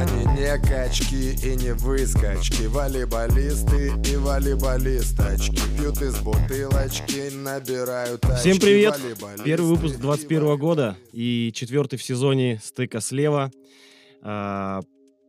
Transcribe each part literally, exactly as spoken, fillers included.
Они не качки и не выскочки, волейболисты и волейболисточки пьют из бутылочки, набирают очки. Всем привет! Первый выпуск двадцать первого года и четвертый в сезоне «Стыка слева». А,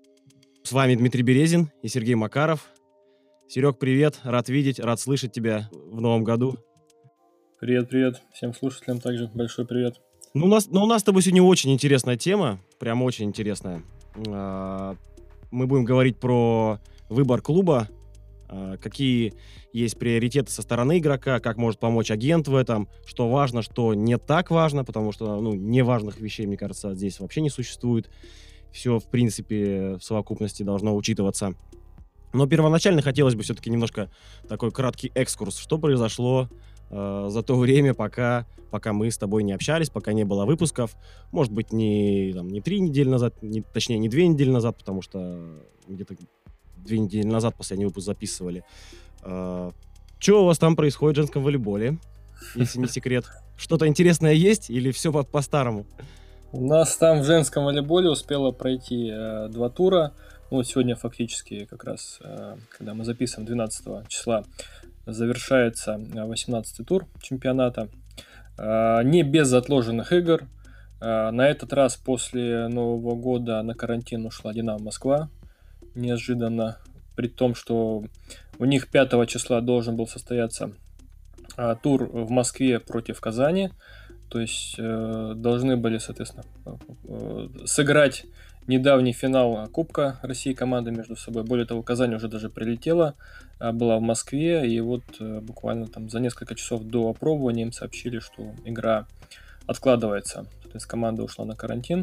с вами Дмитрий Березин и Сергей Макаров. Серег, привет! Рад видеть, рад слышать тебя в новом году. Привет, привет. Всем слушателям также большой привет. Ну, у нас, ну, у нас с тобой сегодня очень интересная тема, прям очень интересная. А, мы будем говорить про выбор клуба, а, какие есть приоритеты со стороны игрока, как может помочь агент в этом, что важно, что не так важно, потому что, ну, неважных вещей, мне кажется, здесь вообще не существует. Все, в принципе, в совокупности должно учитываться. Но первоначально хотелось бы все-таки немножко такой краткий экскурс, что произошло э, за то время, пока, пока мы с тобой не общались, пока не было выпусков. Может быть, не, там, не три недели назад, не, точнее, не две недели назад, потому что где-то две недели назад последний выпуск записывали. Э, что у вас там происходит в женском волейболе, если не секрет? Что-то интересное есть или все по- по-старому? У нас там в женском волейболе успело пройти э, два тура. Ну, вот сегодня фактически как раз, э, когда мы записываем двенадцатого числа, завершается восемнадцатый тур чемпионата. Э, не без отложенных игр. Э, на этот раз после Нового года на карантин ушла «Динамо Москва». Неожиданно. При том, что у них пятого числа должен был состояться э, тур в Москве против Казани. То есть э, должны были, соответственно, э, сыграть недавний финал Кубка России команды между собой. Более того, Казань уже даже прилетела, э, была в Москве, и вот э, буквально там за несколько часов до опробования им сообщили, что игра откладывается. То есть команда ушла на карантин.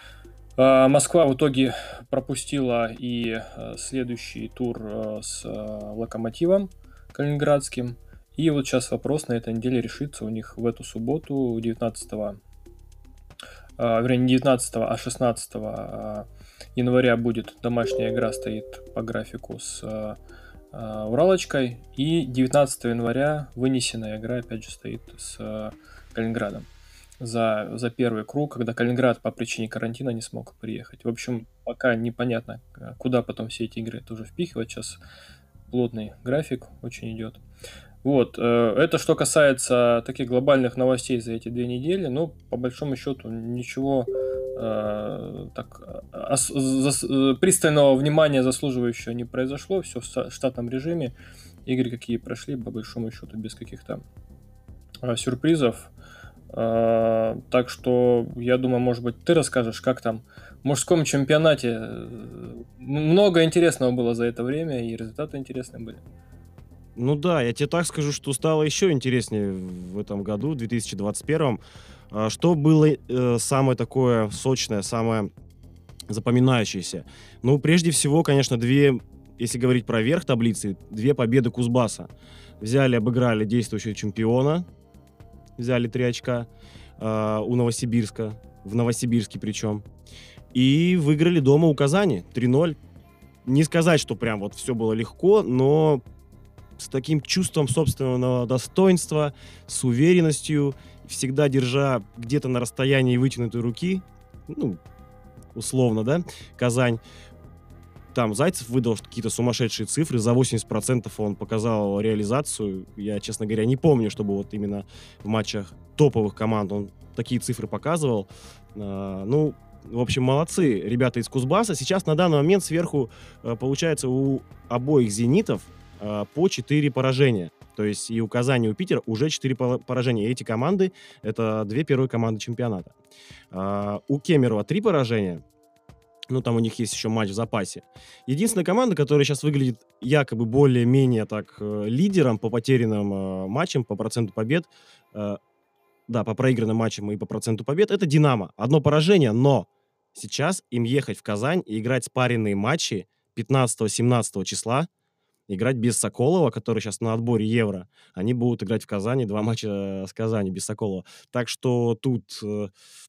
Э, Москва в итоге пропустила и э, следующий тур э, с э, Локомотивом калининградским. И вот сейчас вопрос на этой неделе решится у них в эту субботу, девятнадцатого, э, вернее, не девятнадцатого, а шестнадцатого января будет домашняя игра, стоит по графику с э, э, Уралочкой. И девятнадцатого января вынесенная игра, опять же, стоит с э, Калининградом за, за первый круг, когда Калининград по причине карантина не смог приехать. В общем, пока непонятно, куда потом все эти игры тоже впихивать. Сейчас плотный график очень идет. Вот, это что касается таких глобальных новостей за эти две недели, но по большому счету ничего э, так ос, за, пристального внимания заслуживающего не произошло, все в штатном режиме, игры какие прошли, по большому счету без каких-то э, сюрпризов, э, так что я думаю, может быть, ты расскажешь, как там в мужском чемпионате, много интересного было за это время и результаты интересные были. Ну да, я тебе так скажу, что стало еще интереснее в этом году, в две тысячи двадцать первом. Что было э, самое такое сочное, самое запоминающееся? Ну, прежде всего, конечно, две, если говорить про верх таблицы, две победы Кузбасса. Взяли, обыграли действующего чемпиона, взяли три очка э, у Новосибирска, в Новосибирске причем, и выиграли дома у Казани три ноль. Не сказать, что прям вот все было легко, но с таким чувством собственного достоинства, с уверенностью, всегда держа где-то на расстоянии вытянутой руки, ну, условно, да, Казань. Там Зайцев выдал какие-то сумасшедшие цифры, за восемьдесят процентов он показал реализацию. Я, честно говоря, не помню, чтобы вот именно в матчах топовых команд он такие цифры показывал. А, ну, в общем, молодцы ребята из Кузбасса. Сейчас на данный момент сверху, получается, у обоих «Зенитов» по четыре поражения. То есть и у Казани, и у Питера уже четыре поражения. И эти команды — это две первые команды чемпионата. А, у Кемерово три поражения. Ну, там у них есть еще матч в запасе. Единственная команда, которая сейчас выглядит якобы более-менее так э, лидером по потерянным э, матчам, по проценту побед, э, да, по проигранным матчам и по проценту побед, это «Динамо». Одно поражение, но сейчас им ехать в Казань и играть спаренные матчи пятнадцатого-семнадцатого числа, играть без Соколова, который сейчас на отборе Евро. Они будут играть в Казани, два матча с Казани без Соколова. Так что тут э,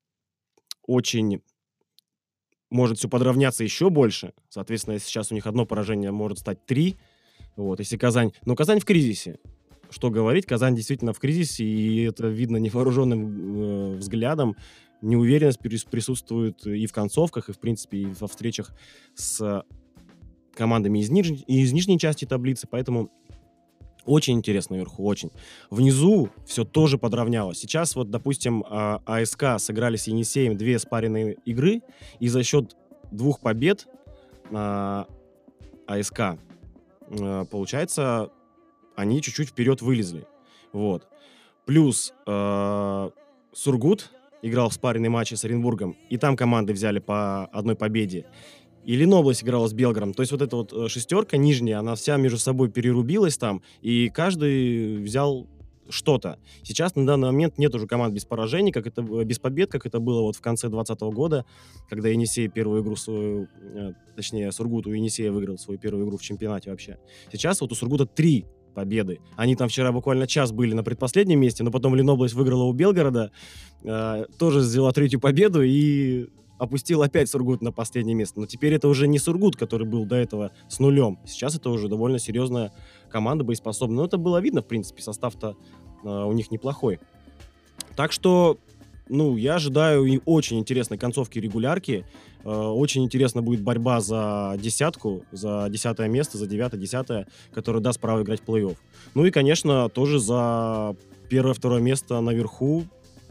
очень может все подравняться еще больше. Соответственно, сейчас у них одно поражение может стать три. Вот, если Казань... Но Казань в кризисе. Что говорить, Казань действительно в кризисе, и это видно невооруженным э, взглядом. неуверенность присутствует и в концовках, и, в принципе, и во встречах с командами из, ниж... из нижней части таблицы, поэтому очень интересно наверху, очень. Внизу все тоже подравнялось. Сейчас вот, допустим, АСК сыграли с Енисеем две спаренные игры, и за счет двух побед АСК, получается, они чуть-чуть вперед вылезли. Вот. Плюс э, Сургут играл в спаренный матч с Оренбургом, и там команды взяли по одной победе. И Ленобласть играла с Белгородом. То есть вот эта вот шестерка нижняя, она вся между собой перерубилась там, и каждый взял что-то. Сейчас на данный момент нет уже команд без поражений, как это, без побед, как это было вот в конце двадцатого года, когда Енисей первую игру свою, точнее, Сургут у Енисея выиграл свою первую игру в чемпионате вообще. Сейчас вот у Сургута три победы. Они там вчера буквально час были на предпоследнем месте, но потом Ленобласть выиграла у Белгорода, э, тоже взяла третью победу и опустил опять Сургут на последнее место. Но теперь это уже не Сургут, который был до этого с нулем. Сейчас это уже довольно серьезная команда, боеспособная. Но это было видно, в принципе, состав-то э, у них неплохой. Так что, ну, я ожидаю и очень интересной концовки регулярки. Э, очень интересна будет борьба за десятку, за десятое место, за девятое, десятое, которое даст право играть в плей-офф. Ну и, конечно, тоже за первое-второе место наверху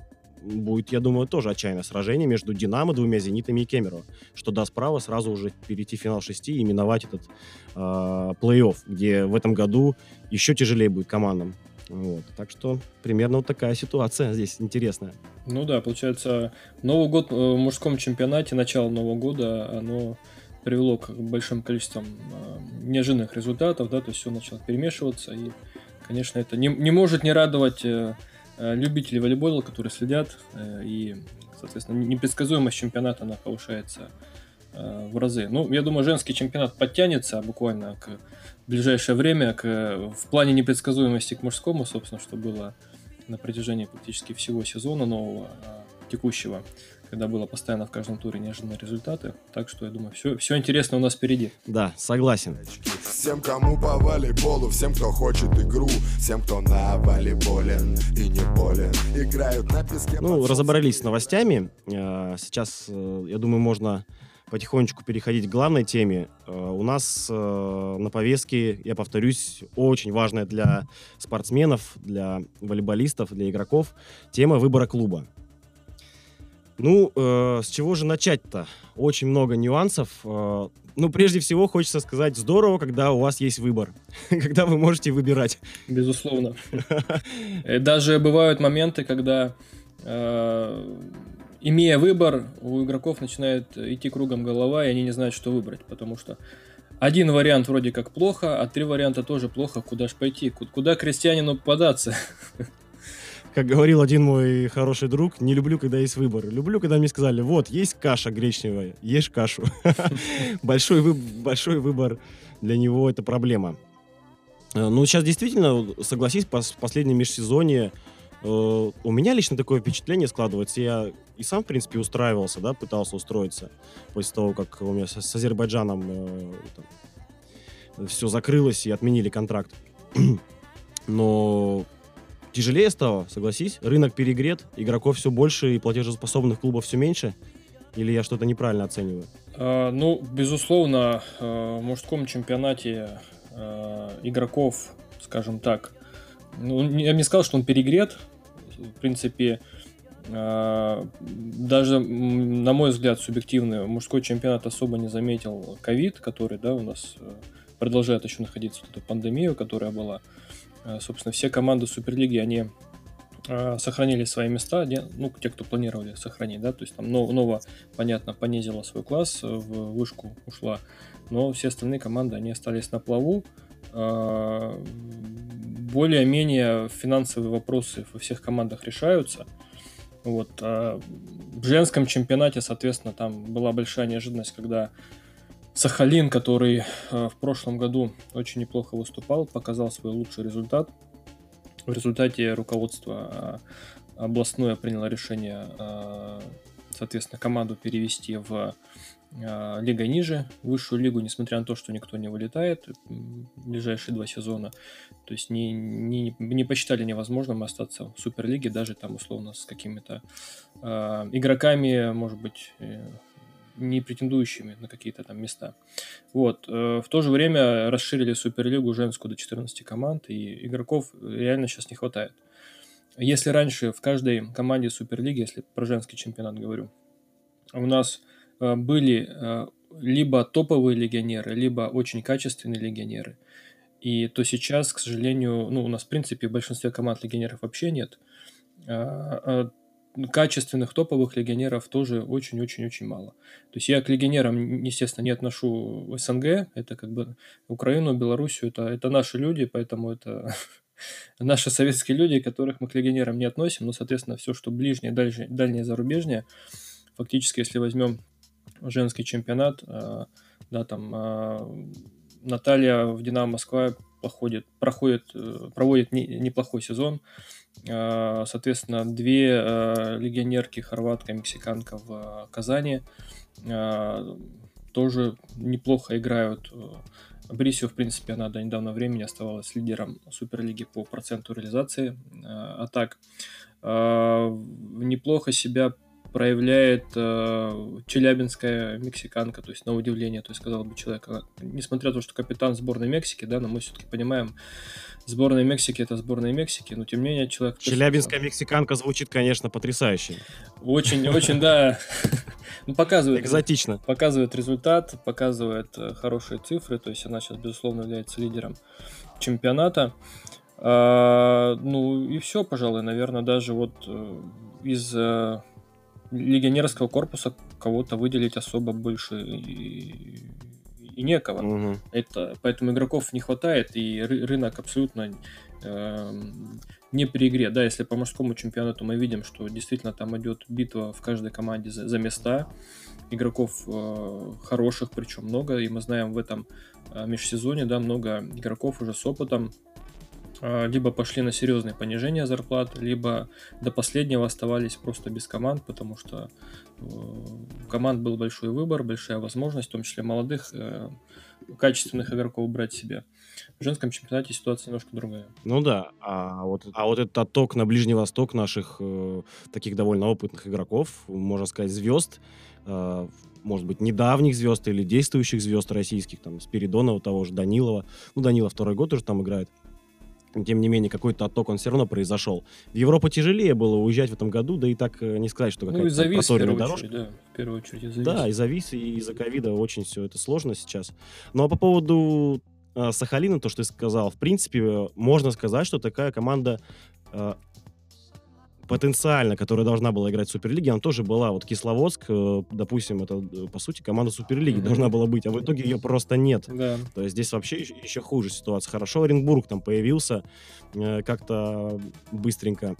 будет, я думаю, тоже отчаянное сражение между «Динамо», двумя «Зенитами» и Кемерово, что даст право сразу уже перейти в финал шести и миновать этот э, плей-офф, где в этом году еще тяжелее будет командам. Вот. Так что примерно вот такая ситуация здесь интересная. Ну да, получается, Новый год в мужском чемпионате, начало Нового года, оно привело к большим количествам э, неожиданных результатов, да, то есть все начало перемешиваться, и, конечно, это не, не может не радовать э, любителей волейбола, которые следят, э, и, соответственно, непредсказуемость чемпионата, она повышается э, в разы. Ну, я думаю, женский чемпионат подтянется буквально к в ближайшее время к, в плане непредсказуемости к мужскому, собственно, что было на протяжении практически всего сезона нового, текущего, когда было постоянно в каждом туре неожиданные результаты. Так что, я думаю, все, все интересно у нас впереди. Да, согласен. Всем, кому по волейболу, всем, кто хочет игру, всем, кто на волейболен и не болен, играют на песке. Ну, разобрались с новостями. Сейчас, я думаю, можно потихонечку переходить к главной теме. Uh, у нас uh, на повестке, я повторюсь, очень важная для спортсменов, для волейболистов, для игроков тема выбора клуба. Ну, uh, с чего же начать-то? Очень много нюансов. Uh, ну, прежде всего, хочется сказать, здорово, когда у вас есть выбор, когда вы можете выбирать. Безусловно. Даже бывают моменты, когда имея выбор, у игроков начинает идти кругом голова, и они не знают, что выбрать, потому что один вариант вроде как плохо, а три варианта тоже плохо, куда ж пойти, куда крестьянину податься. Как говорил один мой хороший друг, не люблю, когда есть выбор. Люблю, когда мне сказали, вот, есть каша гречневая, ешь кашу. Большой выбор для него — это проблема. Ну, сейчас действительно, согласись, в последнем межсезонье Uh, у меня лично такое впечатление складывается. Я и сам, в принципе, устраивался, да, пытался устроиться после того, как у меня с, с Азербайджаном uh, там, все закрылось и отменили контракт. Но тяжелее стало, согласись. Рынок перегрет, игроков все больше и платежеспособных клубов все меньше. Или я что-то неправильно оцениваю? Uh, ну, безусловно, uh, в мужском чемпионате uh, игроков, скажем так, ну, я бы не сказал, что он перегрет. В принципе, э, даже, на мой взгляд, субъективный, мужской чемпионат особо не заметил ковид, который, да, у нас продолжает еще находиться, вот эту пандемию, которая была. Э, собственно, все команды Суперлиги, они э, сохранили свои места, не, ну, те, кто планировали сохранить, да, то есть там Нова, понятно, понизила свой класс, в вышку ушла, но все остальные команды, они остались на плаву. Э, более-менее финансовые вопросы во всех командах решаются. Вот. А в женском чемпионате, соответственно, там была большая неожиданность, когда Сахалин, который в прошлом году очень неплохо выступал, показал свой лучший результат. В результате руководство областное приняло решение, соответственно, команду перевести в э, лигой ниже, в высшую лигу, несмотря на то, что никто не вылетает м, ближайшие два сезона. То есть не, не, не посчитали невозможным остаться в Суперлиге, даже там условно с какими-то э, игроками, может быть, э, не претендующими на какие-то там места. Вот. э, В то же время расширили Суперлигу женскую до четырнадцати команд, и игроков реально сейчас не хватает. Если раньше в каждой команде Суперлиги, если про женский чемпионат говорю, у нас э, были э, либо топовые легионеры, либо очень качественные легионеры, и то сейчас, к сожалению, ну, у нас, в принципе, в большинстве команд легионеров вообще нет. А, а, Качественных топовых легионеров тоже очень-очень-очень мало. То есть я к легионерам, естественно, не отношу СНГ, это как бы Украину, Белоруссию, это, это наши люди, поэтому это наши советские люди, которых мы к легионерам не относим, но, соответственно, все, что ближнее, дальше, дальнее, зарубежнее, фактически, если возьмем женский чемпионат, а, да, там а, Наталья в «Динамо Москва» проходит, проходит, э, проводит не- неплохой сезон. А, Соответственно, две а, легионерки, хорватка, мексиканка в а, Казани, а, тоже неплохо играют. Брисио, в принципе, она до недавнего времени оставалась лидером Суперлиги по проценту реализации а, атак. А, Неплохо себя проявляет э, челябинская мексиканка, то есть на удивление, то есть, сказал бы человек, она, несмотря на то, что капитан сборной Мексики, да, но мы все-таки понимаем, сборная Мексики это сборная Мексики, но тем не менее человек... Челябинская мексиканка звучит, конечно, потрясающе. Очень, очень, да, ну, показывает, Экзотично. показывает результат, показывает э, хорошие цифры, то есть она сейчас, безусловно, является лидером чемпионата. А, ну и все, пожалуй, наверное, даже вот э, из э, легионерского корпуса кого-то выделить особо больше и, и некого. Мгм. Это, поэтому игроков не хватает, и ры- рынок абсолютно э, не при игре. Да, если по мужскому чемпионату мы видим, что действительно там идет битва в каждой команде за, за места, игроков э, хороших, причем много, и мы знаем в этом э, межсезонье, да, много игроков уже с опытом, э, либо пошли на серьезные понижения зарплат, либо до последнего оставались просто без команд, потому что э, у команд был большой выбор, большая возможность, в том числе молодых, э, качественных игроков брать себе. В женском чемпионате ситуация немножко другая. Ну да, а вот, а вот этот отток на Ближний Восток наших э, таких довольно опытных игроков, можно сказать, звезд, э, может быть, недавних звезд или действующих звезд российских, там, Спиридонова, того же Данилова. Ну, Данилов второй год уже там играет. Тем не менее, какой-то отток он все равно произошел. В Европу тяжелее было уезжать в этом году, да и так э, не сказать, что Ну какая-то и там завис в проторенная первую дорожка. очередь, да, в первую очередь и завис. Да, и завис, и из-за ковида очень все это сложно сейчас. Ну а по поводу э, Сахалина, то, что ты сказал, в принципе, э, можно сказать, что такая команда э, потенциально, которая должна была играть в Суперлиге, она тоже была. Вот Кисловодск, э, допустим, это, э, по сути, команда Суперлиги Мгм. должна была быть, а в итоге ее просто нет. Да. То есть здесь вообще еще, еще хуже ситуация. Хорошо, Оренбург там появился, э, как-то быстренько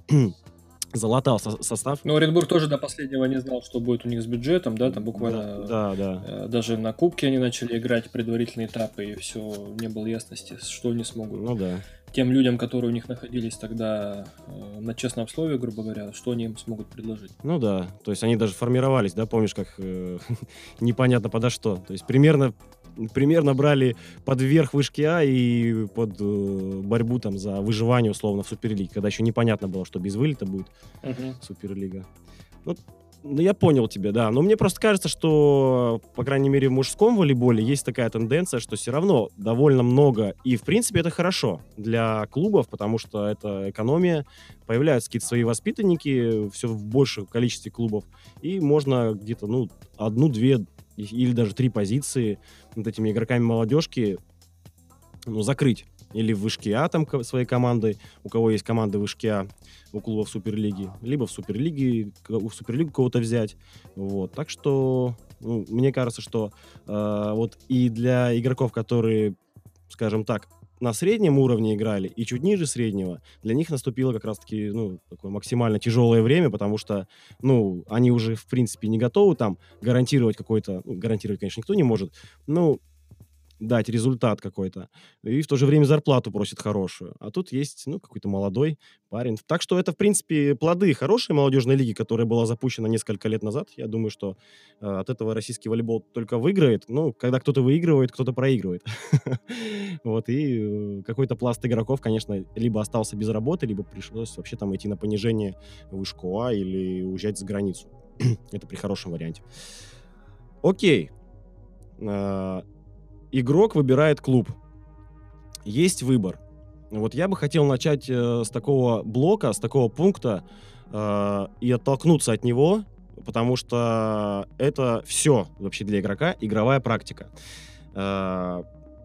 залатал со- состав. Но Оренбург тоже до последнего не знал, что будет у них с бюджетом, да, там буквально Да, да, да. э, даже на кубке они начали играть предварительные этапы, и все, не было ясности, что они смогут. Ну да. Тем людям, которые у них находились тогда э, на честном слове, грубо говоря, что они им смогут предложить. Ну да, то есть они даже формировались, да, помнишь, как э, непонятно подо что. То есть примерно, примерно брали под верх вышки А и под э, борьбу там за выживание условно в Суперлиге, когда еще непонятно было, что без вылета будет Суперлига. Ну, ну, я понял тебя, да. Но мне просто кажется, что, по крайней мере, в мужском волейболе есть такая тенденция, что все равно довольно много, и, в принципе, это хорошо для клубов, потому что это экономия, появляются какие-то свои воспитанники, все в большем количестве клубов, и можно где-то, ну, одну-две или даже три позиции над этими игроками молодежки, ну, закрыть. Или в вышке А там ко- своей командой, у кого есть команды вышки А, у клубов Суперлиги, либо в Суперлиге, к- в Суперлигу кого-то взять. Вот. Так что, ну, мне кажется, что э, вот и для игроков, которые, скажем так, на среднем уровне играли и чуть ниже среднего, для них наступило как раз-таки, ну, такое максимально тяжелое время, потому что, ну, они уже, в принципе, не готовы там гарантировать какой-то, ну, гарантировать, конечно, никто не может, ну, дать результат какой-то, и в то же время зарплату просит хорошую. А тут есть, ну, какой-то молодой парень. Так что это, в принципе, плоды хорошей молодежной лиги, которая была запущена несколько лет назад. Я думаю, что э, от этого российский волейбол только выиграет. Ну, когда кто-то выигрывает, кто-то проигрывает. Вот, и э, какой-то пласт игроков, конечно, либо остался без работы, либо пришлось вообще там идти на понижение вышку А или уезжать за границу. Это при хорошем варианте. Окей. А, Игрок выбирает клуб. Есть выбор. Вот я бы хотел начать э, с такого блока, с такого пункта э, и оттолкнуться от него, потому что это все вообще для игрока игровая практика. Э,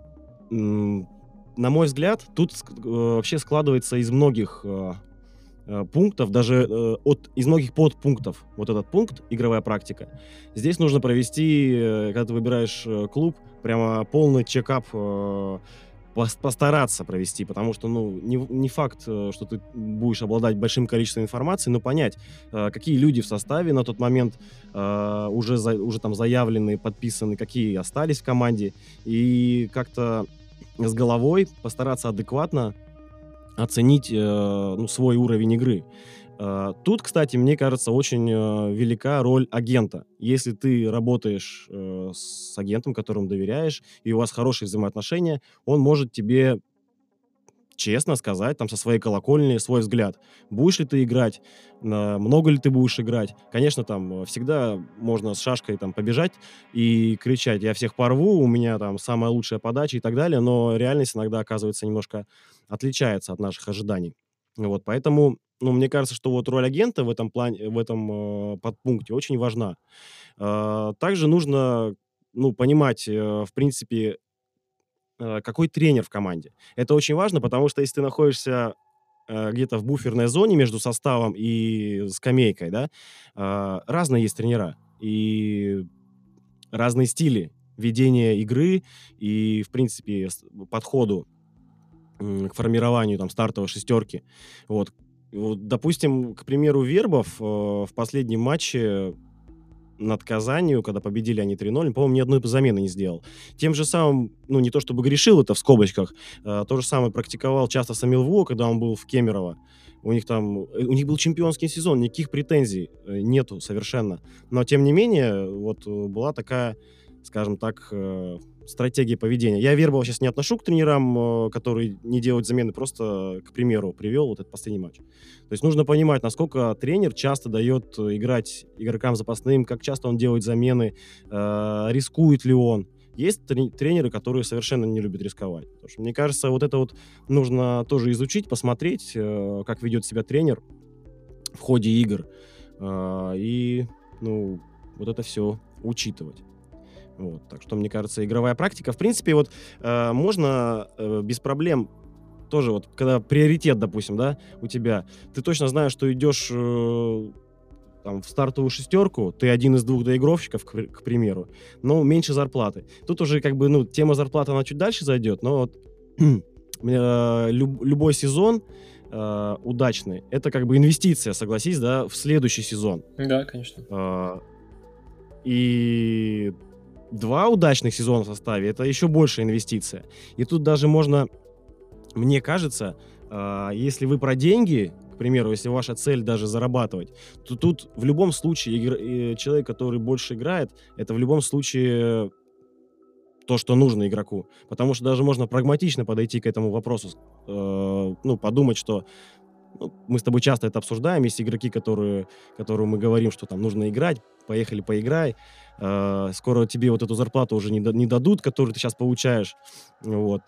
м, на мой взгляд, тут ск- э, вообще складывается из многих э, э, пунктов, даже э, от, из многих подпунктов вот этот пункт игровая практика. Здесь нужно провести, э, когда ты выбираешь э, клуб, прямо полный чекап, э, пос- постараться провести, потому что, ну, не, в- не факт, э, что ты будешь обладать большим количеством информации, но понять, э, какие люди в составе на тот момент э, уже, за- уже там заявлены, подписаны, какие остались в команде, и как-то с головой постараться адекватно оценить, э, ну, свой уровень игры. Э, Тут, кстати, мне кажется, очень э, велика роль агента. Если ты работаешь э, с агентом, которому доверяешь, и у вас хорошие взаимоотношения, он может тебе честно сказать, там, со своей колокольни свой взгляд. Будешь ли ты играть, на- много ли ты будешь играть. Конечно, там э, всегда можно с шашкой там побежать и кричать: я всех порву, у меня там самая лучшая подача и так далее, но реальность иногда оказывается немножко отличается от наших ожиданий. Вот, поэтому, ну, мне кажется, что вот роль агента в этом плане, в этом э, подпункте очень важна. А, Также нужно, ну, понимать, э, в принципе, э, какой тренер в команде. Это очень важно, потому что если ты находишься э, где-то в буферной зоне между составом и скамейкой, да, а, разные есть тренера и разные стили ведения игры и, в принципе, с- подходу м, к формированию там стартовой шестерки. Вот. Вот, допустим, к примеру, Вербов э, в последнем матче над Казанью, когда победили они три ноль, по-моему, ни одной замены не сделал. Тем же самым, ну, не то чтобы грешил это в скобочках, а, то же самое практиковал часто Самил Во, когда он был в Кемерово. У них там, э, у них был чемпионский сезон, никаких претензий э, нету совершенно. Но, тем не менее, вот э, была такая, скажем так, э, стратегия поведения. Я Вербова сейчас не отношу к тренерам, э, которые не делают замены, просто, к примеру, привел вот этот последний матч. То есть нужно понимать, насколько тренер часто дает э, играть игрокам запасным, как часто он делает замены, э, рискует ли он. Есть трени- тренеры, которые совершенно не любят рисковать. Потому что, мне кажется, вот это вот нужно тоже изучить, посмотреть, э, как ведет себя тренер в ходе игр. Э, и, ну, вот это все учитывать. Вот, так что, мне кажется, игровая практика, в принципе, вот э, можно э, без проблем тоже вот, когда приоритет, допустим, да, у тебя, ты точно знаешь, что идешь э, там в стартовую шестерку, ты один из двух доигровщиков, к, при- к примеру, но меньше зарплаты. Тут уже как бы, ну, тема зарплаты, она чуть дальше зайдет, но вот э, люб- любой сезон э, удачный, это как бы инвестиция, согласись, да, в следующий сезон. Да, конечно. Э, и два удачных сезона в составе — это еще большая инвестиция. И тут даже можно, мне кажется, а, если вы про деньги, к примеру, если ваша цель даже зарабатывать, то тут в любом случае игр- э, человек, который больше играет, это в любом случае то, что нужно игроку. Потому что даже можно прагматично подойти к этому вопросу, э, ну, подумать, что ну, мы с тобой часто это обсуждаем. Есть игроки, которые, которым мы говорим, что там нужно играть, поехали, поиграй. Э, скоро тебе вот эту зарплату уже не, да- не дадут, которую ты сейчас получаешь. Вот.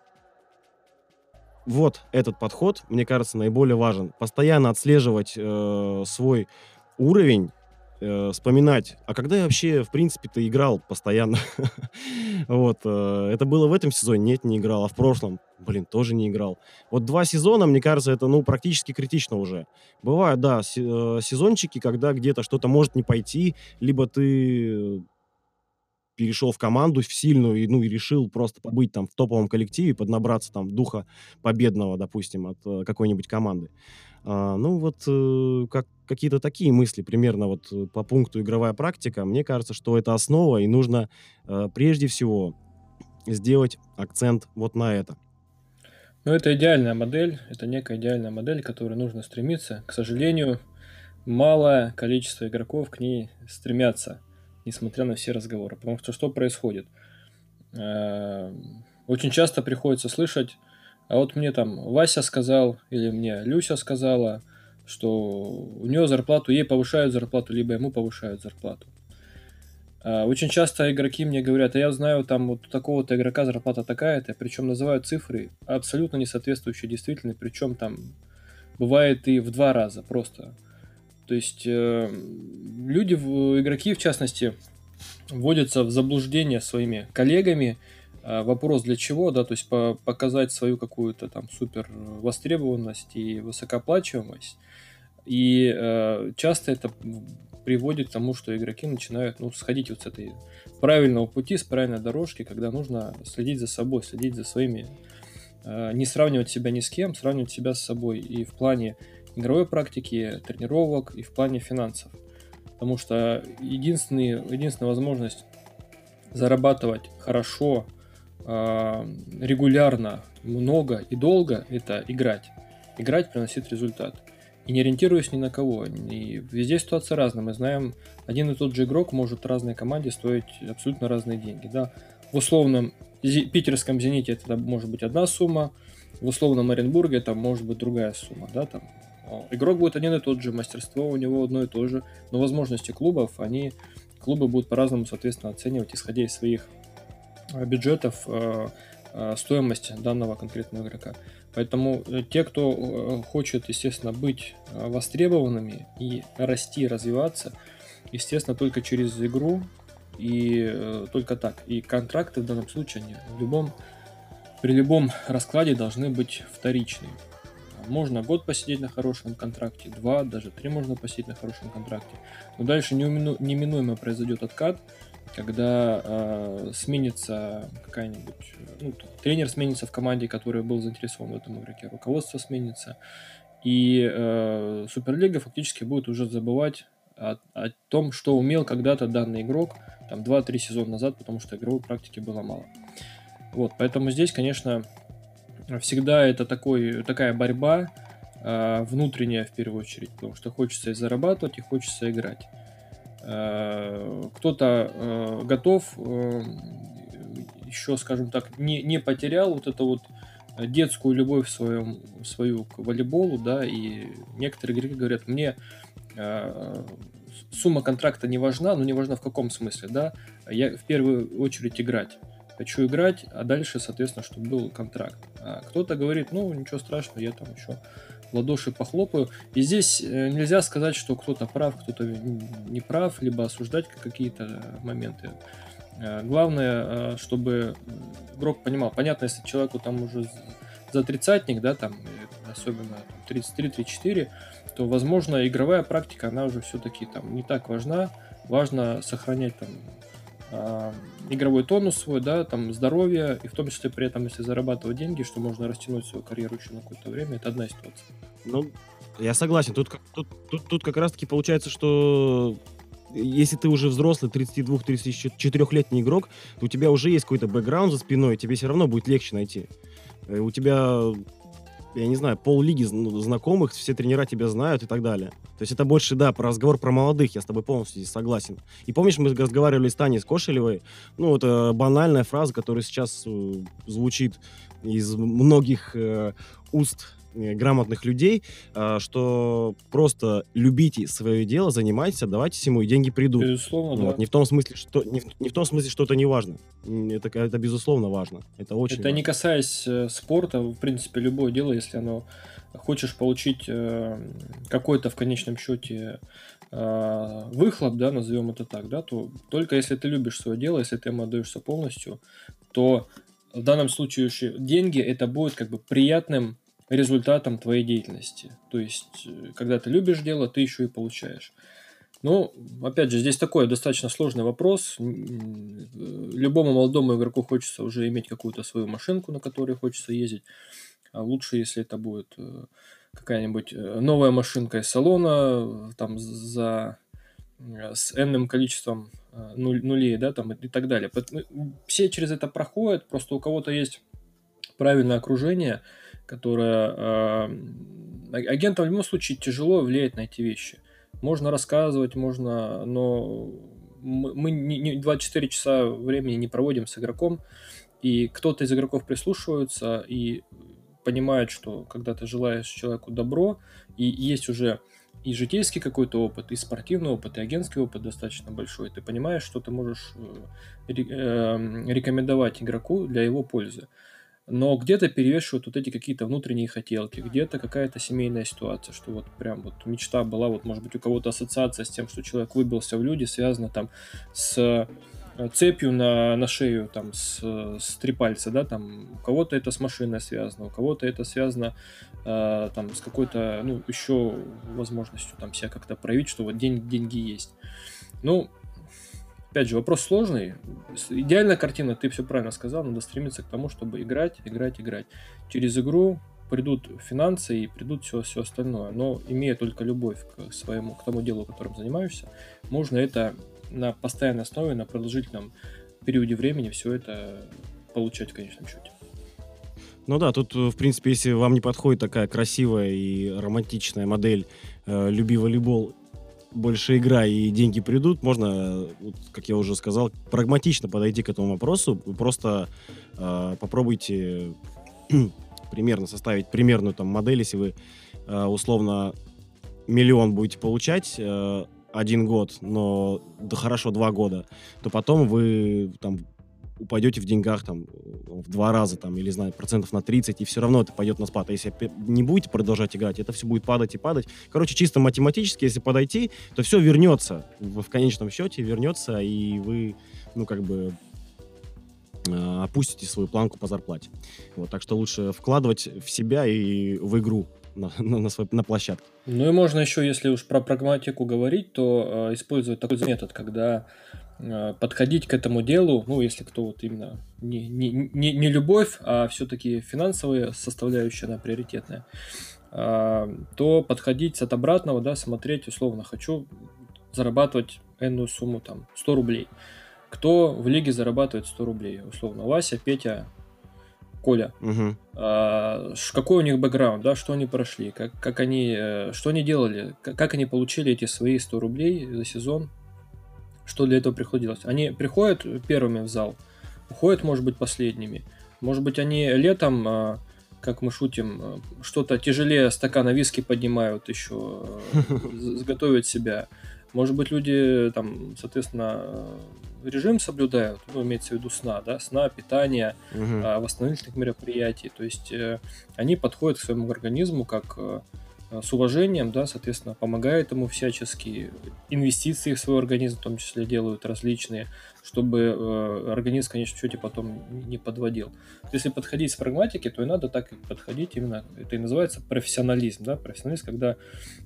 Вот этот подход, мне кажется, наиболее важен. Постоянно отслеживать э, свой уровень, э, вспоминать, а когда я вообще, в принципе-то, играл постоянно. Вот. э, Это было в этом сезоне? Нет, не играл. А в прошлом? Блин, тоже не играл. Вот два сезона, мне кажется, это, ну, практически критично уже. Бывают, да, се- э, сезончики, когда где-то что-то может не пойти, либо ты перешел в команду в сильную и, ну, и решил просто побыть там в топовом коллективе, поднабраться там духа победного, допустим, от э, какой-нибудь команды. А, ну, вот э, как, какие-то такие мысли примерно вот э, по пункту игровая практика. Мне кажется, что это основа, и нужно э, прежде всего сделать акцент вот на это. Ну, это идеальная модель, это некая идеальная модель, к которой нужно стремиться. К сожалению, малое количество игроков к ней стремятся, несмотря на все разговоры. Потому что что происходит? Э, Очень часто приходится слышать, а вот мне там Вася сказал или мне Люся сказала, что у нее зарплату, ей повышают зарплату, либо ему повышают зарплату. А, Очень часто игроки мне говорят, а я знаю, там вот у такого-то игрока зарплата такая-то, причем называют цифры абсолютно не соответствующие действительно, причем там бывает и в два раза просто. То есть э, люди, в- игроки в частности, вводятся в заблуждение своими коллегами. А, Вопрос для чего, да, то есть по- показать свою какую-то там супер востребованность и высокооплачиваемость. И э, часто это приводит к тому, что игроки начинают, ну, сходить вот с этой правильного пути, с правильной дорожки, когда нужно следить за собой, следить за своими, э, не сравнивать себя ни с кем, сравнивать себя с собой и в плане игровой практики, тренировок, и в плане финансов. Потому что единственный, единственная возможность зарабатывать хорошо, э, регулярно, много и долго – это играть. Играть приносит результат. И не ориентируясь ни на кого. И везде ситуация разная. Мы знаем, один и тот же игрок может разной команде стоить абсолютно разные деньги. Да? В условном Зи- питерском «Зените» это может быть одна сумма, в условном Оренбурге это может быть другая сумма. Да? Там, о, игрок будет один и тот же, мастерство у него одно и то же, но возможности клубов, они, клубы будут по-разному, соответственно, оценивать, исходя из своих э, бюджетов, э, э, стоимость данного конкретного игрока. Поэтому э, те, кто э, хочет, естественно, быть э, востребованными и расти, развиваться, естественно, только через игру и э, только так. И контракты в данном случае, они в любом, при любом раскладе должны быть вторичные. Можно год посидеть на хорошем контракте, два, даже три можно посидеть на хорошем контракте. Но дальше неумину- неминуемо произойдет откат, когда э, сменится какая-нибудь, ну, т- тренер сменится в команде, который был заинтересован в этом игроке, руководство сменится, и э, Суперлига фактически будет уже забывать о, о том, что умел когда-то данный игрок, там два-три сезона назад, потому что игровой практики было мало. Вот, поэтому здесь, конечно, всегда это такой, такая борьба э, внутренняя в первую очередь, потому что хочется и зарабатывать, и хочется играть. Э, Кто-то э, готов, э, еще, скажем так, не, не потерял вот эту вот детскую любовь своем, свою к волейболу, да, и некоторые игроки говорят, мне э, сумма контракта не важна, но не важна в каком смысле, да, я в первую очередь играть. Хочу играть, а дальше, соответственно, чтобы был контракт. А кто-то говорит, ну, ничего страшного, я там еще в ладоши похлопаю. И здесь э, нельзя сказать, что кто-то прав, кто-то не прав, либо осуждать какие-то моменты. Э, Главное, э, чтобы игрок понимал. Понятно, если человеку там уже за тридцатник, да, там, э, особенно там, тридцать три тридцать четыре, то, возможно, игровая практика, она уже все-таки там не так важна. Важно сохранять там а, игровой тонус свой, да, там здоровье, и в том числе при этом, если зарабатывать деньги, что можно растянуть свою карьеру еще на какое-то время, это одна ситуация. Ну, я согласен. Тут, как- тут, тут, тут как раз-таки получается, что если ты уже взрослый, тридцать два тридцать четыре-летний игрок, то у тебя уже есть какой-то бэкграунд за спиной, и тебе все равно будет легче найти. Э, У тебя, я не знаю, пол-лиги зн- ну, знакомых, все тренера тебя знают и так далее. То есть это больше, да, про разговор про молодых, я с тобой полностью здесь согласен. И помнишь, мы разговаривали с Таней Скошелевой, ну, это банальная фраза, которая сейчас э, звучит из многих э, уст э, грамотных людей, э, что просто любите свое дело, занимайтесь, отдавайтесь ему, и деньги придут. Безусловно, Ну, да. вот, не в том смысле, что не в, не в том смысле, что это не важно. М, Это, это безусловно важно. Это очень Это не важно. касаясь э, спорта, в принципе, любое дело, если оно хочешь получить э, какой-то в конечном счете э, выхлоп, да, назовем это так, да, то только если ты любишь свое дело, если ты ему отдаешься полностью, то в данном случае еще деньги это будет как бы приятным результатом твоей деятельности. То есть, э, когда ты любишь дело, ты еще и получаешь. Ну, опять же, здесь такой достаточно сложный вопрос. М, э, Любому молодому игроку хочется уже иметь какую-то свою машинку, на которой хочется ездить. А лучше, если это будет э, какая-нибудь э, новая машинка из салона, э, там за э, с энным количеством э, нуль- нулей, да, там и, и так далее. Поэтому все через это проходят, просто у кого-то есть правильное окружение, которое э, а- агентам в любом случае тяжело влиять на эти вещи. Можно рассказывать, можно, но мы мы не, не двадцать четыре часа времени не проводим с игроком, и кто-то из игроков прислушивается и понимает, что когда ты желаешь человеку добро, и есть уже и житейский какой-то опыт, и спортивный опыт, и агентский опыт достаточно большой, ты понимаешь, что ты можешь э, ре- эм, рекомендовать игроку для его пользы. Но где-то перевешивают вот эти какие-то внутренние хотелки, где-то какая-то семейная ситуация, что вот прям вот мечта была, вот может быть у кого-то ассоциация с тем, что человек выбился в люди, связана там с э, цепью на, на шею, там, с, э, с три пальца, да, там, у кого-то это с машиной связано, у кого-то это связано э, там с какой-то, ну, еще возможностью там себя как-то проявить, что вот день, деньги есть. Ну, опять же, вопрос сложный. С- Идеальная картина, ты все правильно сказал, надо стремиться к тому, чтобы играть, играть, играть. Через игру придут финансы и придут все, все остальное. Но имея только любовь к своему, к тому делу, которым занимаешься, можно это на постоянной основе, на продолжительном периоде времени все это получать в конечном счете. Ну да, тут, э, в принципе, если вам не подходит такая красивая и романтичная модель э, «люби волейбол, больше играй и деньги придут», можно, э, вот, как я уже сказал, прагматично подойти к этому вопросу. Вы просто э, попробуйте примерно составить примерную там модель, если вы э, условно миллион будете получать э, один год, но да хорошо два года, то потом вы там упадете в деньгах там в два раза там или знаю процентов на тридцать, и все равно это пойдет на спад. А если опять не будете продолжать играть, это все будет падать и падать. Короче, чисто математически, если подойти, то все вернется в, в конечном счете, вернется, и вы, ну как бы э, опустите свою планку по зарплате. Вот, так что лучше вкладывать в себя и в игру на, на, на своей- на площадке. Ну и можно еще, если уж про прагматику говорить, то э, использовать такой метод, когда э, подходить к этому делу, ну, если кто вот именно не, не, не, не любовь, а все-таки финансовая составляющая, она приоритетная, а, то подходить от обратного, да, смотреть, условно, хочу зарабатывать энную сумму, там, сто рублей. Кто в лиге зарабатывает сто рублей, условно, Вася, Петя, Коля. Мгм. А, ш- какой у них бэкграунд, да, что они прошли, как, как они, э, что они делали, как, как они получили эти свои сто рублей за сезон, что для этого приходилось. Они приходят первыми в зал, уходят, может быть, последними. Может быть, они летом, а, как мы шутим, а, что-то тяжелее стакана виски поднимают еще, э, готовят себя. Может быть, люди там, соответственно, э, режим соблюдают, ну, имеется в виду сна, да, сна, питания, Мгм. а, восстановительных мероприятий. То есть э, они подходят к своему организму как э, э, с уважением, да, соответственно, помогают ему всячески, инвестиции в свой организм в том числе делают различные, чтобы э, организм в конечном счете потом не подводил. Если подходить с прагматики, то и надо так и подходить именно, это и называется профессионализм, да, профессионализм, когда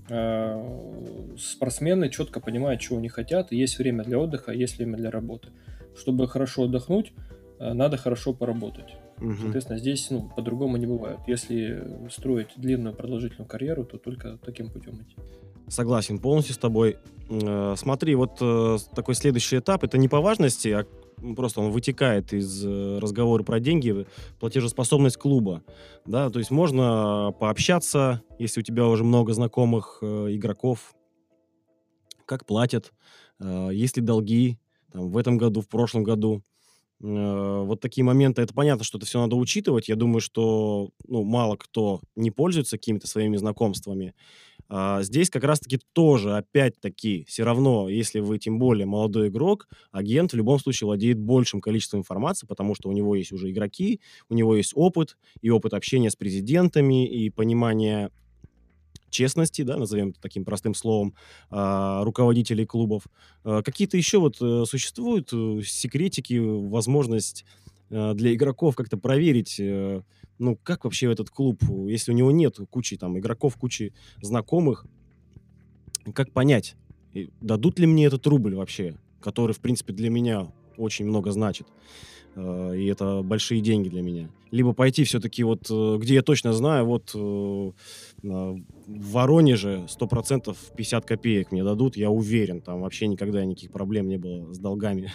э, спортсмены четко понимают, чего они хотят, и есть время для отдыха, есть время для работы. Чтобы хорошо отдохнуть, э, надо хорошо поработать. Мгм. Соответственно, здесь ну, по-другому не бывает. Если строить длинную продолжительную карьеру, то только таким путем идти. Согласен полностью с тобой. Э, Смотри, вот э, такой следующий этап, это не по важности, а м, просто он вытекает из э, разговора про деньги, платежеспособность клуба. Да, то есть можно пообщаться, если у тебя уже много знакомых э, игроков, как платят, э, есть ли долги там, в этом году, в прошлом году. Э, Вот такие моменты, это понятно, что это все надо учитывать. Я думаю, что ну, мало кто не пользуется какими-то своими знакомствами. А, здесь как раз-таки тоже, опять-таки, все равно, если вы тем более молодой игрок, агент в любом случае владеет большим количеством информации, потому что у него есть уже игроки, у него есть опыт, и опыт общения с президентами, и понимание честности, да, назовем это таким простым словом, а, руководителей клубов. А, какие-то еще вот э, существуют э, секретики, возможность э, для игроков как-то проверить, э, ну, как вообще этот клуб, э, если у него нет кучи там игроков, кучи знакомых, как понять, и дадут ли мне этот рубль вообще, который, в принципе, для меня очень много значит. э, и это большие деньги для меня. Либо пойти все-таки вот, э, где я точно знаю, вот э, на- в Воронеже сто процентов пятьдесят копеек мне дадут, я уверен, там вообще никогда никаких проблем не было с долгами.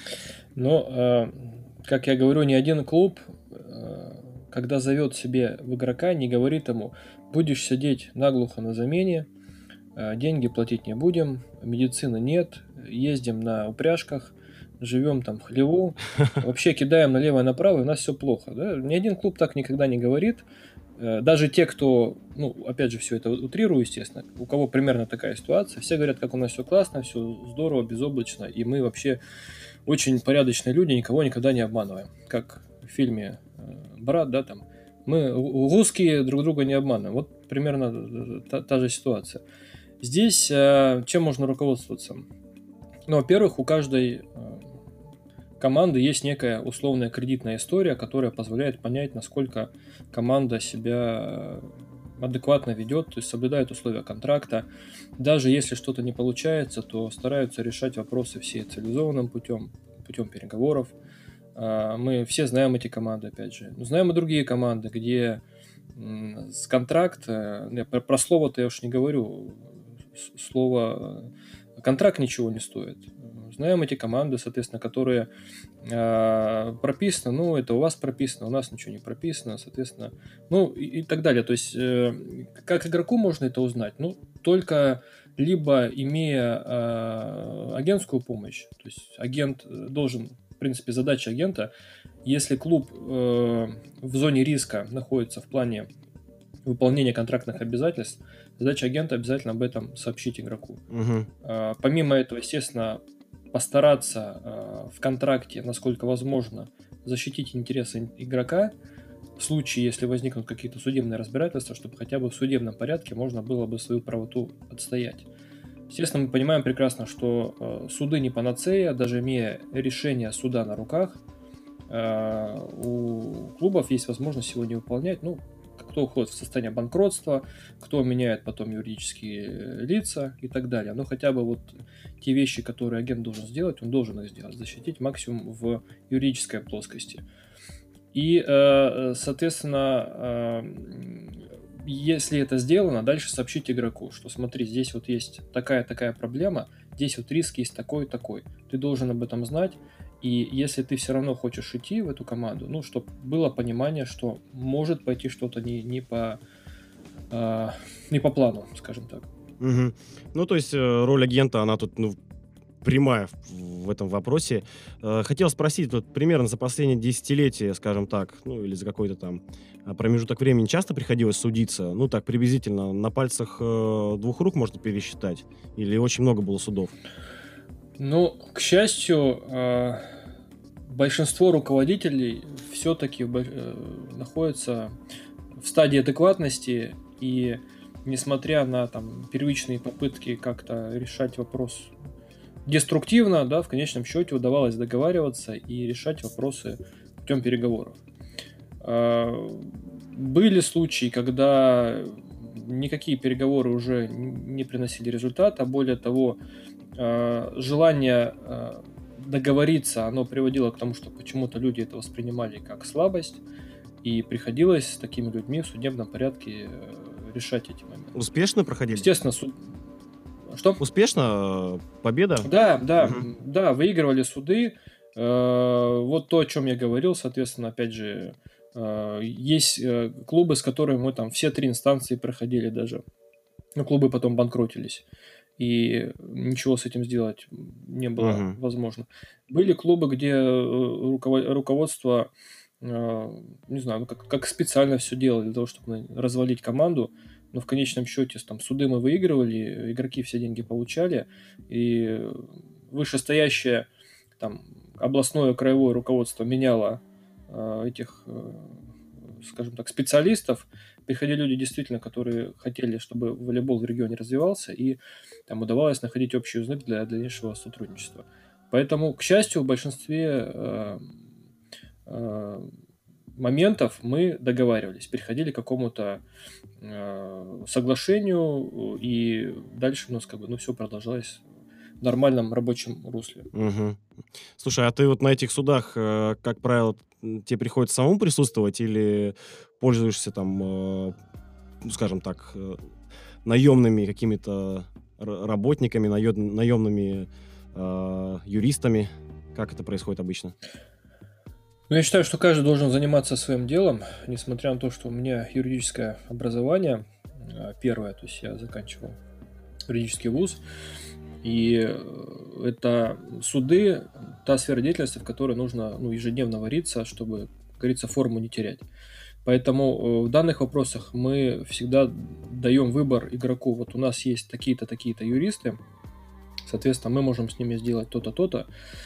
Но, э, как я говорю, ни один клуб, э, когда зовет себе в игрока, не говорит ему: будешь сидеть наглухо на замене, э, деньги платить не будем, медицины нет, ездим на упряжках, живем там в хлеву, вообще кидаем налево и направо, и у нас все плохо. Да? Ни один клуб так никогда не говорит. Э, Даже те, кто, ну, опять же, все это утрирую, естественно, у кого примерно такая ситуация, все говорят, как у нас все классно, все здорово, безоблачно, и мы вообще очень порядочные люди, никого никогда не обманываем. Как в фильме э, «Брат», да, там, мы у- русские друг друга не обманываем. Вот примерно э, та, та же ситуация. Здесь э, чем можно руководствоваться? Ну, во-первых, у каждой э, команды есть некая условная кредитная история, которая позволяет понять, насколько команда себя э, адекватно ведет, то есть соблюдает условия контракта. Даже если что-то не получается, то стараются решать вопросы все цивилизованным путем, путем переговоров. А, Мы все знаем эти команды, опять же. Но знаем и другие команды, где м, с контракта, я про, про слово-то я уж не говорю, с- слово э, контракт ничего не стоит. Знаем эти команды, соответственно, которые э, прописано, ну, это у вас прописано, у нас ничего не прописано, соответственно, ну, и, и так далее. То есть, э, как игроку можно это узнать? Ну, только либо имея э, агентскую помощь, то есть агент э, должен, в принципе, задача агента, если клуб э, в зоне риска находится в плане выполнения контрактных обязательств, задача агента обязательно об этом сообщить игроку. Мгм. А, Помимо этого, естественно, постараться а, в контракте, насколько возможно, защитить интересы игрока в случае, если возникнут какие-то судебные разбирательства, чтобы хотя бы в судебном порядке можно было бы свою правоту отстоять. Естественно, мы понимаем прекрасно, что э, суды не панацея, даже имея решение суда на руках, э, у клубов есть возможность его не выполнять. Ну, кто уходит в состояние банкротства, кто меняет потом юридические э, лица и так далее. Но хотя бы вот те вещи, которые агент должен сделать, он должен их сделать, защитить максимум в юридической плоскости. И, э, соответственно, э, если это сделано, дальше сообщить игроку, что смотри, здесь вот есть такая-такая проблема, здесь вот риск есть такой-такой. Ты должен об этом знать, и если ты все равно хочешь идти в эту команду, ну, чтобы было понимание, что может пойти что-то не, не, по, э, не по плану, скажем так. Мгм. Ну, то есть э, роль агента, она тут, ну, прямая в, в этом вопросе. Э, хотел спросить, вот примерно за последние десятилетия, скажем так, ну, или за какой-то там а, промежуток времени часто приходилось судиться? Ну, так, приблизительно, на пальцах э, двух рук можно пересчитать? Или очень много было судов? Ну, к счастью, э, большинство руководителей все-таки находятся в стадии адекватности, и несмотря на там первичные попытки как-то решать вопрос деструктивно, да, в конечном счете удавалось договариваться и решать вопросы путем переговоров. А, Были случаи, когда никакие переговоры уже не приносили результата, более того, а, желание а, договориться, оно приводило к тому, что почему-то люди это воспринимали как слабость, и приходилось с такими людьми в судебном порядке э, решать эти моменты. Успешно проходили? Естественно, суд... Что? Успешно? э, Победа? Да, да, Мгм. м, да, выигрывали суды. Э, Вот то, о чем я говорил, соответственно, опять же, э, есть э, клубы, с которыми мы там все три инстанции проходили даже. Но клубы потом банкротились, и ничего с этим сделать не было Мгм. возможно. Были клубы, где э, руково- руководство, э, не знаю, ну, как, как специально все делало для того, чтобы развалить команду, но в конечном счете там суды мы выигрывали, игроки все деньги получали, и вышестоящее там областное краевое руководство меняло э, этих, э, скажем так, специалистов. Приходили люди, действительно, которые хотели, чтобы волейбол в регионе развивался, и там удавалось находить общий язык для дальнейшего сотрудничества. Поэтому, к счастью, в большинстве э, э, моментов мы договаривались, переходили к какому-то э, соглашению, и дальше у нас как бы, ну, все продолжалось в нормальном рабочем русле. Мгм. Слушай, а ты вот на этих судах, э, как правило, м, тебе приходится самому присутствовать или пользуешься там, э, ну, скажем так, э, наемными какими-то ра- работниками, наё- наемными э, юристами? Как это происходит обычно? Ну, я считаю, что каждый должен заниматься своим делом, несмотря на то, что у меня юридическое образование э, первое, то есть я заканчивал юридический вуз, и э, это суды, та сфера деятельности, в которой нужно ну, ежедневно вариться, чтобы, как говорится, форму не терять. Поэтому э, в данных вопросах мы всегда даем выбор игроку. Вот у нас есть такие-то, такие-то юристы, соответственно, мы можем с ними сделать то-то, то-то.